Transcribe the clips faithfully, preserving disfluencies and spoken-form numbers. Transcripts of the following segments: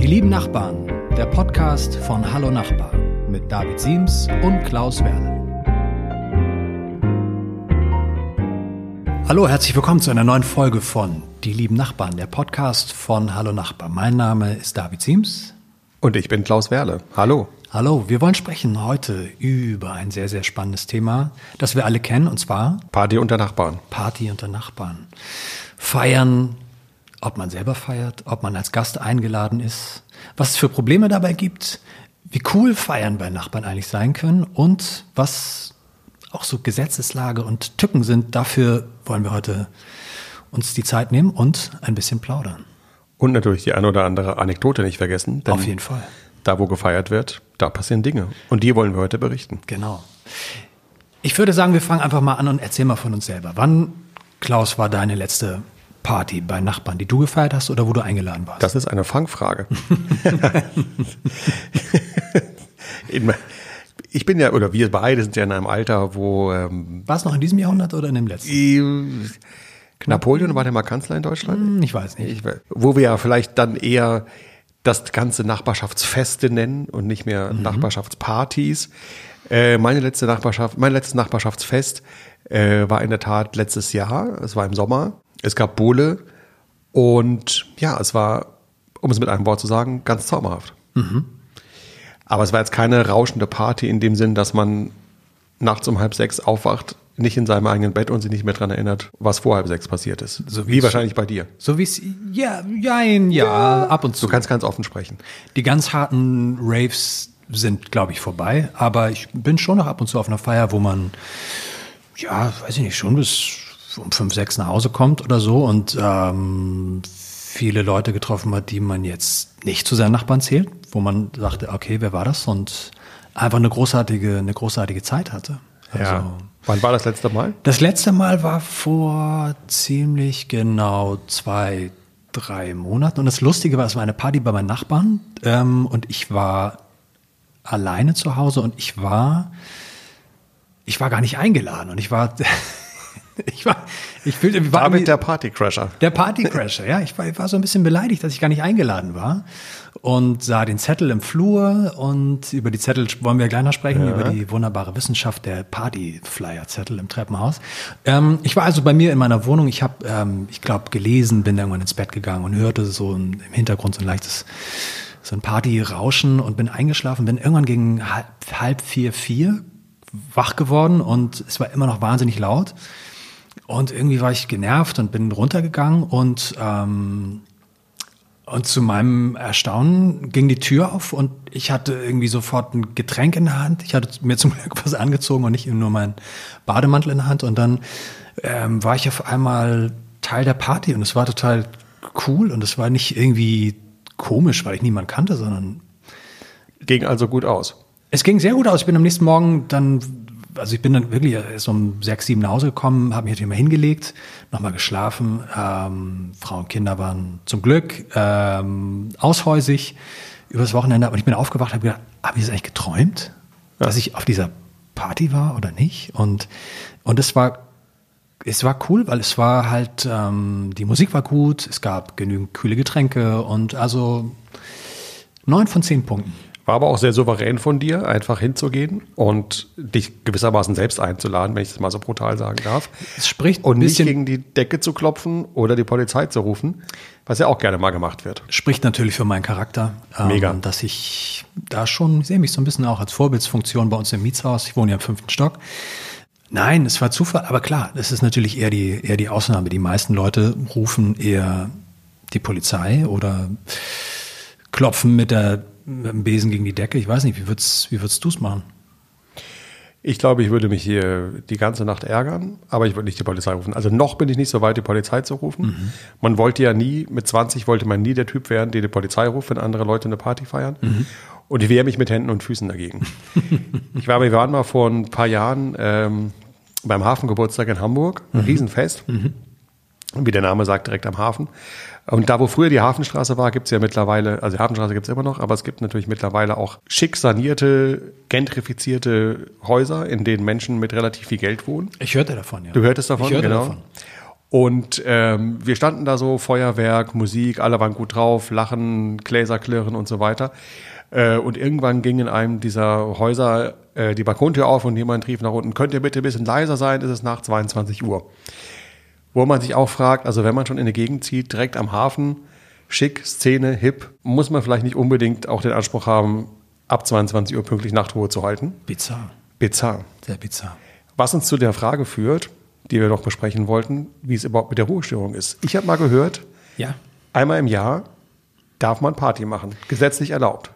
Die lieben Nachbarn, der Podcast von Hallo Nachbar mit David Siems und Klaus Werle. Hallo, herzlich willkommen zu einer neuen Folge von Die lieben Nachbarn, der Podcast von Hallo Nachbar. Mein Name ist David Siems. Und ich bin Klaus Werle. Hallo. Hallo, wir wollen sprechen heute über ein sehr, sehr spannendes Thema, das wir alle kennen, und zwar Party unter Nachbarn. Party unter Nachbarn. Feiern, ob man selber feiert, ob man als Gast eingeladen ist, was es für Probleme dabei gibt, wie cool Feiern bei Nachbarn eigentlich sein können und was auch so Gesetzeslage und Tücken sind. Dafür wollen wir heute uns die Zeit nehmen und ein bisschen plaudern. Und natürlich die eine oder andere Anekdote nicht vergessen. Denn auf jeden Fall. Da, wo gefeiert wird, da passieren Dinge. Und die wollen wir heute berichten. Genau. Ich würde sagen, wir fangen einfach mal an und erzählen mal von uns selber. Wann, Klaus, war deine letzte Party bei Nachbarn, die du gefeiert hast oder wo du eingeladen warst? Das ist eine Fangfrage. Ich bin ja, oder wir beide sind ja in einem Alter, wo... Ähm, war es noch in diesem Jahrhundert oder in dem letzten? Napoleon war der mal Kanzler in Deutschland? Ich weiß nicht. Ich, wo wir ja vielleicht dann eher das ganze Nachbarschaftsfeste nennen und nicht mehr mhm. Nachbarschaftspartys. Äh, meine letzte Nachbarschaft, mein letztes Nachbarschaftsfest äh, war in der Tat letztes Jahr. Es war im Sommer. Es gab Bowle und ja, es war, um es mit einem Wort zu sagen, ganz zauberhaft. Mhm. Aber es war jetzt keine rauschende Party in dem Sinn, dass man nachts um halb sechs aufwacht, nicht in seinem eigenen Bett und sich nicht mehr daran erinnert, was vor halb sechs passiert ist. So wie wahrscheinlich bei dir. So wie es, ja, ja, ja, ja, ab und zu. Du kannst ganz offen sprechen. Die ganz harten Raves sind, glaube ich, vorbei. Aber ich bin schon noch ab und zu auf einer Feier, wo man, ja, weiß ich nicht, schon bis um fünf, sechs nach Hause kommt oder so und ähm, viele Leute getroffen hat, die man jetzt nicht zu seinen Nachbarn zählt, wo man sagte, okay, wer war das? Und einfach eine großartige, eine großartige Zeit hatte. Also, ja. Wann war das letzte Mal? Das letzte Mal war vor ziemlich genau zwei, drei Monaten. Und das Lustige war, es war eine Party bei meinen Nachbarn. Ähm, und ich war alleine zu Hause und ich war, ich war gar nicht eingeladen. Und ich war, ich war, ich fühlte, ich war David der Partycrasher. Der Partycrasher, ja. Ich war, ich war so ein bisschen beleidigt, dass ich gar nicht eingeladen war. Und sah den Zettel im Flur und über die Zettel wollen wir gleich noch sprechen, ja. Über die wunderbare Wissenschaft der Partyflyer-Zettel im Treppenhaus. Ähm, ich war also bei mir in meiner Wohnung, ich habe, ähm, ich glaube, gelesen, bin irgendwann ins Bett gegangen und hörte so im Hintergrund so ein leichtes, so ein Partyrauschen und bin eingeschlafen, bin irgendwann gegen halb, halb vier, vier wach geworden und es war immer noch wahnsinnig laut. Und irgendwie war ich genervt und bin runtergegangen und ähm, Und zu meinem Erstaunen ging die Tür auf und ich hatte irgendwie sofort ein Getränk in der Hand. Ich hatte mir zum Glück was angezogen und nicht nur meinen Bademantel in der Hand. Und dann ähm, war ich auf einmal Teil der Party und es war total cool und es war nicht irgendwie komisch, weil ich niemanden kannte, sondern... Ging also gut aus? Es ging sehr gut aus. Ich bin am nächsten Morgen dann... Also ich bin dann wirklich erst um sechs, sieben nach Hause gekommen, habe mich natürlich mal hingelegt, nochmal geschlafen. Ähm, Frau und Kinder waren zum Glück ähm, aushäusig übers Wochenende. Aber ich bin aufgewacht und habe gedacht, habe ich das eigentlich geträumt, ja. Dass ich auf dieser Party war oder nicht? Und und es war es war cool, weil es war halt, ähm, die Musik war gut, es gab genügend kühle Getränke und also neun von zehn Punkten. War aber auch sehr souverän von dir, einfach hinzugehen und dich gewissermaßen selbst einzuladen, wenn ich das mal so brutal sagen darf. Es spricht und ein nicht bisschen gegen die Decke zu klopfen oder die Polizei zu rufen, was ja auch gerne mal gemacht wird. Spricht natürlich für meinen Charakter. Mega. Ähm, dass ich da schon, ich sehe mich so ein bisschen auch als Vorbildsfunktion bei uns im Mietshaus. Ich wohne ja im fünften Stock. Nein, es war Zufall, aber klar, das ist natürlich eher die, eher die Ausnahme. Die meisten Leute rufen eher die Polizei oder klopfen mit der mit dem Besen gegen die Decke. Ich weiß nicht, wie würdest, wie würdest du es machen? Ich glaube, ich würde mich hier die ganze Nacht ärgern, aber ich würde nicht die Polizei rufen. Also noch bin ich nicht so weit, die Polizei zu rufen. Mhm. Man wollte ja nie, mit zwanzig wollte man nie der Typ werden, der die Polizei ruft, wenn andere Leute eine Party feiern. Mhm. Und ich wehre mich mit Händen und Füßen dagegen. ich war, wir waren mal vor ein paar Jahren ähm, beim Hafengeburtstag in Hamburg, ein mhm. Riesenfest. Mhm. Wie der Name sagt, direkt am Hafen. Und da, wo früher die Hafenstraße war, gibt es ja mittlerweile, also die Hafenstraße gibt es immer noch, aber es gibt natürlich mittlerweile auch schick sanierte, gentrifizierte Häuser, in denen Menschen mit relativ viel Geld wohnen. Ich hörte davon, ja. Du hörtest davon, ich hörte genau. Davon. Und ähm, wir standen da so, Feuerwerk, Musik, alle waren gut drauf, lachen, Gläser klirren und so weiter. Äh, und irgendwann ging in einem dieser Häuser äh, die Balkontür auf und jemand rief nach unten, könnt ihr bitte ein bisschen leiser sein, es ist nach zweiundzwanzig Uhr. Wo man sich auch fragt, also wenn man schon in eine Gegend zieht, direkt am Hafen, schick, Szene, hip, muss man vielleicht nicht unbedingt auch den Anspruch haben, ab zweiundzwanzig Uhr pünktlich Nachtruhe zu halten? Bizarr. Bizarr. Sehr bizarr. Was uns zu der Frage führt, die wir noch besprechen wollten, wie es überhaupt mit der Ruhestörung ist. Ich habe mal gehört, ja. einmal im Jahr darf man Party machen, gesetzlich erlaubt.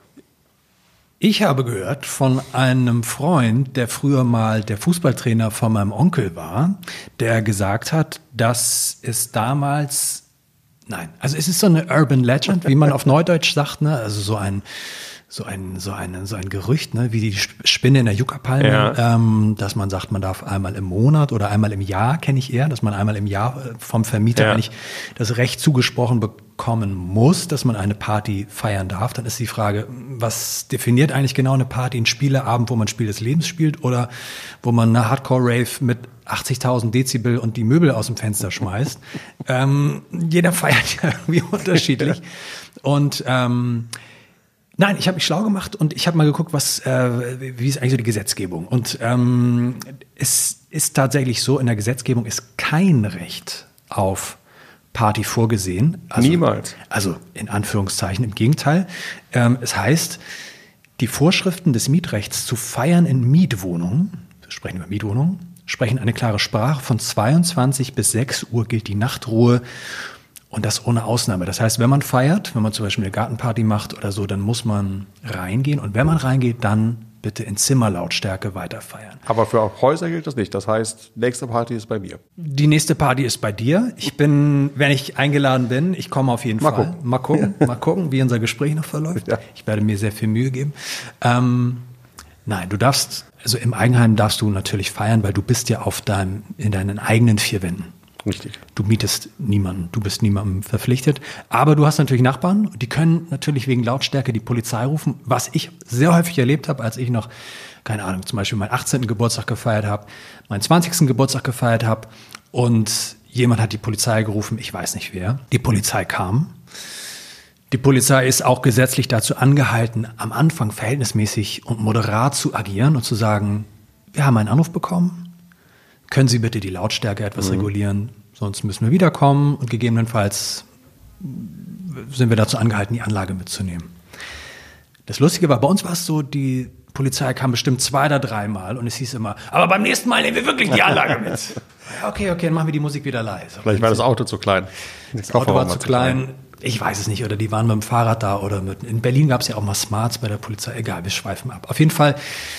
Ich habe gehört von einem Freund, der früher mal der Fußballtrainer von meinem Onkel war, der gesagt hat, dass es damals, nein, also es ist so eine Urban Legend, wie man auf Neudeutsch sagt, ne? Also so ein so ein so ein so ein Gerücht, ne, wie die Spinne in der Yucca-Palme, ja. ähm, dass man sagt, man darf einmal im Monat oder einmal im Jahr, kenne ich eher, dass man einmal im Jahr vom Vermieter ja. eigentlich das Recht zugesprochen bekommen muss, dass man eine Party feiern darf. Dann ist die Frage, was definiert eigentlich genau eine Party? Ein Spieleabend, wo man Spiel des Lebens spielt oder wo man eine Hardcore-Rave mit achtzigtausend Dezibel und die Möbel aus dem Fenster schmeißt. ähm, jeder feiert ja irgendwie unterschiedlich. Und ähm, Nein, ich habe mich schlau gemacht und ich habe mal geguckt, was, äh, wie ist eigentlich so die Gesetzgebung. Und ähm, es ist tatsächlich so, in der Gesetzgebung ist kein Recht auf Party vorgesehen. Also, Niemals. Also in Anführungszeichen, im Gegenteil. Ähm, es heißt, die Vorschriften des Mietrechts zu feiern in Mietwohnungen, wir sprechen über Mietwohnungen, sprechen eine klare Sprache. Von zweiundzwanzig bis sechs Uhr gilt die Nachtruhe. Und das ohne Ausnahme. Das heißt, wenn man feiert, wenn man zum Beispiel eine Gartenparty macht oder so, dann muss man reingehen. Und wenn man reingeht, dann bitte in Zimmerlautstärke weiter feiern. Aber für Häuser gilt das nicht. Das heißt, nächste Party ist bei mir. Die nächste Party ist bei dir. Ich bin, wenn ich eingeladen bin, ich komme auf jeden mal Fall. Gucken. Mal gucken. Mal gucken, wie unser Gespräch noch verläuft. Ja. Ich werde mir sehr viel Mühe geben. Ähm, nein, du darfst, also im Eigenheim darfst du natürlich feiern, weil du bist ja auf deinem, in deinen eigenen vier Wänden. Richtig. Du mietest niemanden, du bist niemandem verpflichtet. Aber du hast natürlich Nachbarn, die können natürlich wegen Lautstärke die Polizei rufen, was ich sehr häufig erlebt habe, als ich noch, keine Ahnung, zum Beispiel meinen achtzehnten Geburtstag gefeiert habe, meinen zwanzigsten Geburtstag gefeiert habe und jemand hat die Polizei gerufen, ich weiß nicht wer. Die Polizei kam. Die Polizei ist auch gesetzlich dazu angehalten, am Anfang verhältnismäßig und moderat zu agieren und zu sagen, wir haben einen Anruf bekommen. Können Sie bitte die Lautstärke etwas mhm. regulieren, sonst müssen wir wiederkommen und gegebenenfalls sind wir dazu angehalten, die Anlage mitzunehmen. Das Lustige war, bei uns war es so, die Polizei kam bestimmt zwei oder dreimal und es hieß immer, aber beim nächsten Mal nehmen wir wirklich die Anlage mit. Ja, okay, okay, dann machen wir die Musik wieder leise. Vielleicht war das Auto zu klein. Das, das Auto war zu klein. klein. Ich weiß es nicht, oder die waren mit dem Fahrrad da oder mit, in Berlin gab es ja auch mal Smarts bei der Polizei. Egal, wir schweifen ab. Auf jeden Fall,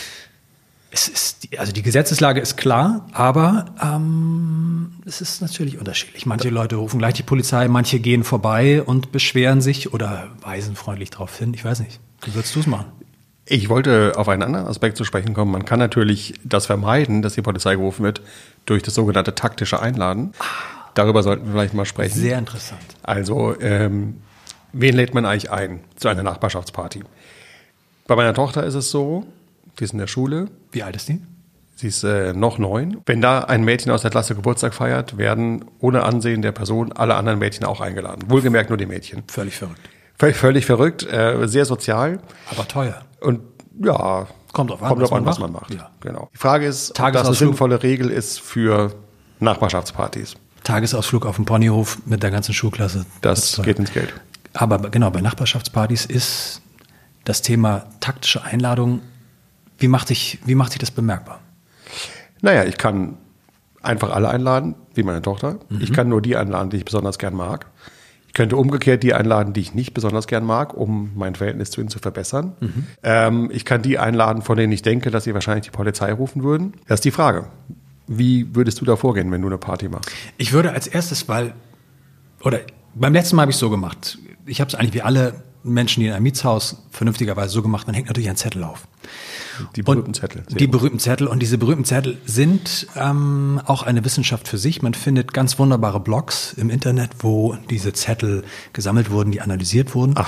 es ist, die, also die Gesetzeslage ist klar, aber ähm, es ist natürlich unterschiedlich. Manche Leute rufen gleich die Polizei, manche gehen vorbei und beschweren sich oder weisen freundlich darauf hin. Ich weiß nicht. Wie würdest du es machen? Ich wollte auf einen anderen Aspekt zu sprechen kommen. Man kann natürlich das vermeiden, dass die Polizei gerufen wird, durch das sogenannte taktische Einladen. Darüber sollten wir vielleicht mal sprechen. Sehr interessant. Also, ähm, wen lädt man eigentlich ein zu einer Nachbarschaftsparty? Bei meiner Tochter ist es so, die ist in der Schule. Wie alt ist die? Sie ist äh, noch neun. Wenn da ein Mädchen aus der Klasse Geburtstag feiert, werden ohne Ansehen der Person alle anderen Mädchen auch eingeladen. Wohlgemerkt nur die Mädchen. Völlig verrückt. Völlig, völlig verrückt, äh, sehr sozial. Aber teuer. Und ja, kommt drauf an, kommt was, drauf an, man was macht. man macht. Ja. Genau. Die Frage ist, ob das eine sinnvolle Regel ist für Nachbarschaftspartys. Tagesausflug auf dem Ponyhof mit der ganzen Schulklasse. Das, das geht ins Geld. Aber genau, bei Nachbarschaftspartys ist das Thema taktische Einladung, wie macht sich, wie macht sich das bemerkbar? Naja, ich kann einfach alle einladen, wie meine Tochter. Mhm. Ich kann nur die einladen, die ich besonders gern mag. Ich könnte umgekehrt die einladen, die ich nicht besonders gern mag, um mein Verhältnis zu ihnen zu verbessern. Mhm. Ähm, ich kann die einladen, von denen ich denke, dass sie wahrscheinlich die Polizei rufen würden. Das ist die Frage. Wie würdest du da vorgehen, wenn du eine Party machst? Ich würde als erstes, weil, oder beim letzten Mal habe ich es so gemacht. Ich habe es eigentlich wie alle Menschen, die in einem Mietshaus vernünftigerweise so gemacht, man hängt natürlich einen Zettel auf. Die berühmten Zettel. Die berühmten Zettel. Und diese berühmten Zettel sind ähm, auch eine Wissenschaft für sich. Man findet ganz wunderbare Blogs im Internet, wo diese Zettel gesammelt wurden, die analysiert wurden. Ach.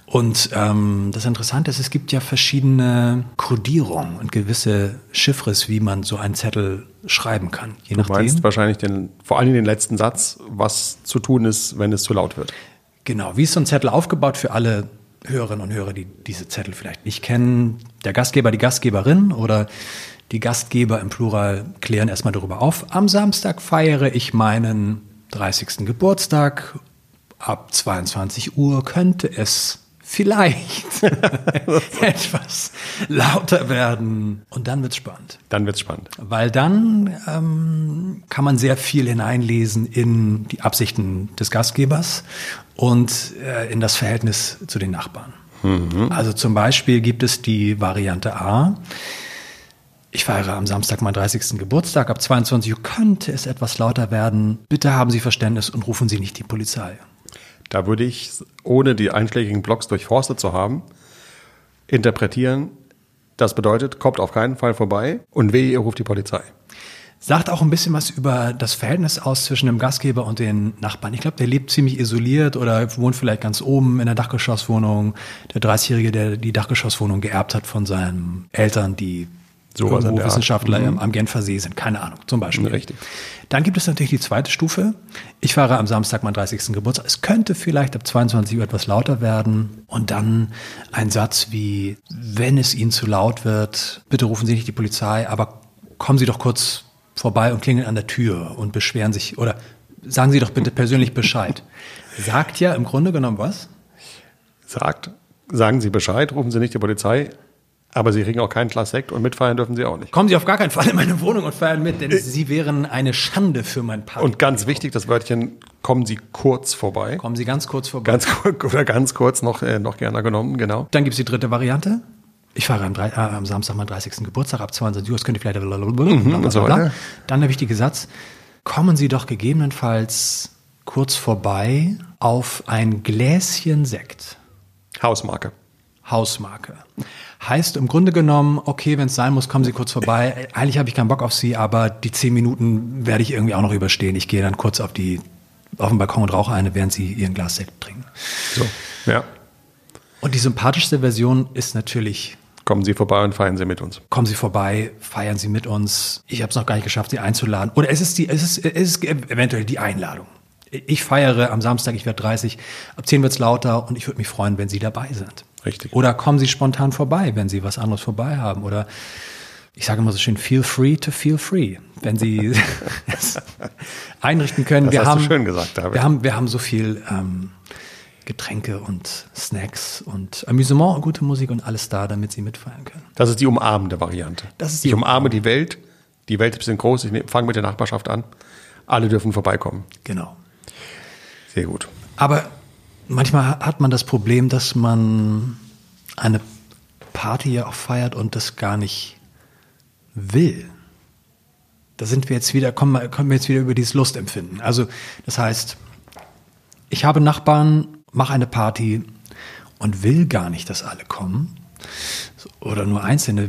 Und ähm, das Interessante ist, es gibt ja verschiedene Kodierungen und gewisse Chiffres, wie man so einen Zettel schreiben kann. Je du nachdem. meinst wahrscheinlich den, vor allem den letzten Satz, was zu tun ist, wenn es zu laut wird. Genau, wie ist so ein Zettel aufgebaut für alle Hörerinnen und Hörer, die diese Zettel vielleicht nicht kennen? Der Gastgeber, die Gastgeberin oder die Gastgeber im Plural klären erstmal darüber auf. Am Samstag feiere ich meinen dreißigsten Geburtstag. Ab zweiundzwanzig Uhr könnte es vielleicht etwas lauter werden. Und dann wird's spannend. Dann wird's spannend. Weil dann ähm, kann man sehr viel hineinlesen in die Absichten des Gastgebers und äh, in das Verhältnis zu den Nachbarn. Mhm. Also zum Beispiel gibt es die Variante A. Ich feiere am Samstag meinen dreißigsten Geburtstag. Ab zweiundzwanzig Uhr könnte es etwas lauter werden. Bitte haben Sie Verständnis und rufen Sie nicht die Polizei. Da würde ich, ohne die einschlägigen Blogs durchforstet zu haben, interpretieren, das bedeutet, kommt auf keinen Fall vorbei und wehe, ihr ruft die Polizei. Sagt auch ein bisschen was über das Verhältnis aus zwischen dem Gastgeber und den Nachbarn. Ich glaube, der lebt ziemlich isoliert oder wohnt vielleicht ganz oben in der Dachgeschosswohnung. Der dreißigjährige, der die Dachgeschosswohnung geerbt hat von seinen Eltern, die so irgendwo Wissenschaftler mhm. am Genfer See sind. Keine Ahnung, zum Beispiel. Richtig. Dann gibt es natürlich die zweite Stufe. Ich feiere am Samstag meinen dreißigsten Geburtstag. Es könnte vielleicht ab zweiundzwanzig Uhr etwas lauter werden. Und dann ein Satz wie, wenn es Ihnen zu laut wird, bitte rufen Sie nicht die Polizei, aber kommen Sie doch kurz vorbei und klingeln an der Tür und beschweren sich oder sagen Sie doch bitte persönlich Bescheid. Sagt ja im Grunde genommen was? Sagt, sagen Sie Bescheid, rufen Sie nicht die Polizei. Aber Sie kriegen auch kein Glas Sekt und mitfeiern dürfen Sie auch nicht. Kommen Sie auf gar keinen Fall in meine Wohnung und feiern mit, denn Sie wären eine Schande für mein Party. Und ganz wichtig, das Wörtchen, kommen Sie kurz vorbei. Kommen Sie ganz kurz vorbei. Ganz oder ganz kurz noch, äh, noch gerne genommen, genau. Dann gibt es die dritte Variante. Ich feiere am, äh, am Samstag meinen dreißigsten Geburtstag ab zweiundzwanzig Uhr. Das könnte vielleicht mhm, und so weiter. Dann der wichtige Satz. Kommen Sie doch gegebenenfalls kurz vorbei auf ein Gläschen Sekt. Hausmarke. Hausmarke. Heißt im Grunde genommen, okay, wenn es sein muss, kommen Sie kurz vorbei. Eigentlich habe ich keinen Bock auf Sie, aber die zehn Minuten werde ich irgendwie auch noch überstehen. Ich gehe dann kurz auf, die, auf den Balkon und rauche eine, während Sie Ihren Glas Sekt trinken. So, ja. Und die sympathischste Version ist natürlich... Kommen Sie vorbei und feiern Sie mit uns. Kommen Sie vorbei, feiern Sie mit uns. Ich habe es noch gar nicht geschafft, Sie einzuladen. Oder es ist, die, es ist, es ist eventuell die Einladung. Ich feiere am Samstag, ich werde dreißig, ab zehn wird es lauter und ich würde mich freuen, wenn Sie dabei sind. Richtig. Oder kommen Sie spontan vorbei, wenn Sie was anderes vorbei haben. Oder ich sage immer so schön, feel free to feel free. Wenn Sie es einrichten können. Das wir hast haben, du schön gesagt, David. Wir haben, wir haben so viel ähm, Getränke und Snacks und Amüsement und gute Musik und alles da, damit Sie mitfeiern können. Das ist die umarmende Variante. Das ist die ich umarme die Welt. Die Welt ist ein bisschen groß. Ich fange mit der Nachbarschaft an. Alle dürfen vorbeikommen. Genau. Sehr gut. Aber manchmal hat man das Problem, dass man eine Party ja auch feiert und das gar nicht will. Da sind wir jetzt wieder, kommen, wir- kommen wir jetzt wieder über dieses Lustempfinden. Also das heißt, ich habe Nachbarn, mache eine Party und will gar nicht, dass alle kommen. Oder nur Einzelne.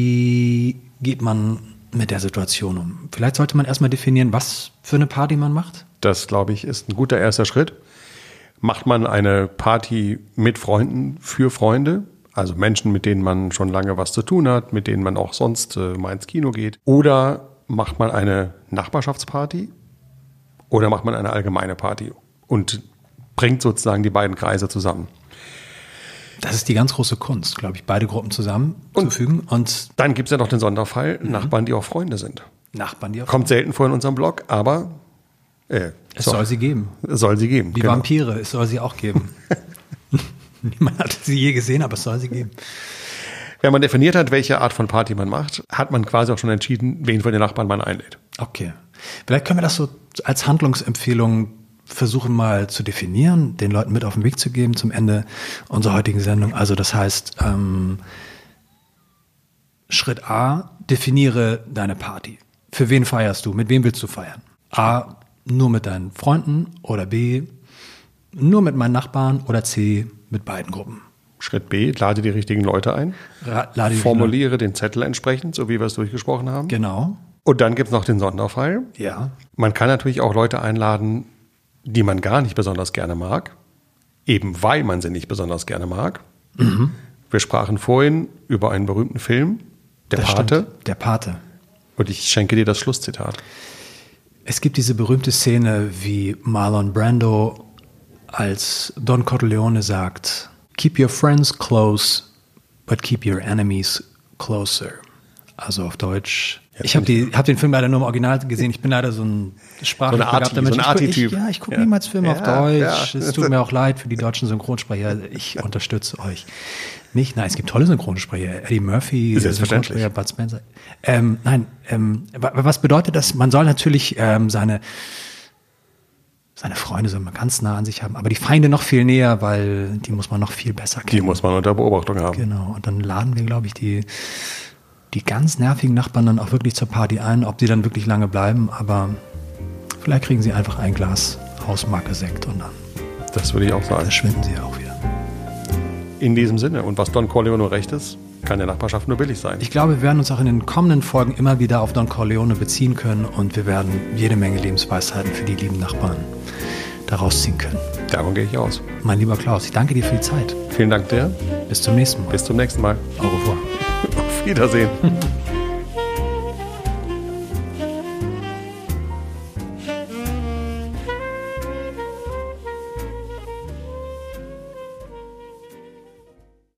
Wie geht man mit der Situation um? Vielleicht sollte man erstmal definieren, was für eine Party man macht. Das, glaube ich, ist ein guter erster Schritt. Macht man eine Party mit Freunden für Freunde, also Menschen, mit denen man schon lange was zu tun hat, mit denen man auch sonst äh, mal ins Kino geht? Oder macht man eine Nachbarschaftsparty? Oder macht man eine allgemeine Party und bringt sozusagen die beiden Kreise zusammen? Das ist die ganz große Kunst, glaube ich, beide Gruppen zusammenzufügen und, und Dann gibt es ja noch den Sonderfall, Nachbarn, die auch Freunde sind. Nachbarn, die auch. Kommt selten vor in unserem Blog, aber äh, Es so, soll sie geben. soll sie geben. Wie genau. Vampire, es soll sie auch geben. Niemand hat sie je gesehen, aber es soll sie geben. Wenn man definiert hat, welche Art von Party man macht, hat man quasi auch schon entschieden, wen von den Nachbarn man einlädt. Okay. Vielleicht können wir das so als Handlungsempfehlung versuchen mal zu definieren, den Leuten mit auf den Weg zu geben zum Ende unserer heutigen Sendung. Also das heißt, ähm, Schritt A, definiere deine Party. Für wen feierst du? Mit wem willst du feiern? A, nur mit deinen Freunden oder B, nur mit meinen Nachbarn oder C, mit beiden Gruppen. Schritt B, lade die richtigen Leute ein, Ra- lade die- formuliere den Zettel entsprechend, so wie wir es durchgesprochen haben. Genau. Und dann gibt es noch den Sonderfall. Ja. Man kann natürlich auch Leute einladen, die man gar nicht besonders gerne mag, eben weil man sie nicht besonders gerne mag. Mhm. Wir sprachen vorhin über einen berühmten Film, Der Das Pate. stimmt, Der Pate. Und ich schenke dir das Schlusszitat. Es gibt diese berühmte Szene, wie Marlon Brando als Don Corleone sagt, keep your friends close, but keep your enemies closer. Also auf Deutsch. Ja, ich habe hab den Film leider nur im Original gesehen. Ich bin leider so ein sprachlich So eine Arti, begabter Mensch. so ein Arti-Typ. Ich, ja, ich gucke Ja. niemals Filme Ja, auf Deutsch. ja. Es tut mir auch leid für die deutschen Synchronsprecher. Ich unterstütze euch nicht. Nein, es gibt tolle Synchronsprecher. Eddie Murphy, Selbstverständlich. Synchronsprecher, Bud Spencer. Ähm, nein, ähm, wa- was bedeutet das? Man soll natürlich ähm, seine Seine Freunde soll man ganz nah an sich haben, aber die Feinde noch viel näher, weil die muss man noch viel besser kennen. Die muss man unter Beobachtung haben. Genau. Und dann laden wir, glaube ich, die, die ganz nervigen Nachbarn dann auch wirklich zur Party ein, ob die dann wirklich lange bleiben, aber vielleicht kriegen sie einfach ein Glas Hausmarke-Sekt und dann Das würde ich auch sagen. verschwinden sie auch wieder. In diesem Sinne. Und was Don Corleone recht ist, kann der Nachbarschaft nur billig sein. Ich glaube, wir werden uns auch in den kommenden Folgen immer wieder auf Don Corleone beziehen können und wir werden jede Menge Lebensweisheiten für die lieben Nachbarn daraus ziehen können. Davon gehe ich aus. Mein lieber Klaus, ich danke dir für die Zeit. Vielen Dank dir. Bis zum nächsten Mal. Bis zum nächsten Mal. Au revoir. Auf Wiedersehen.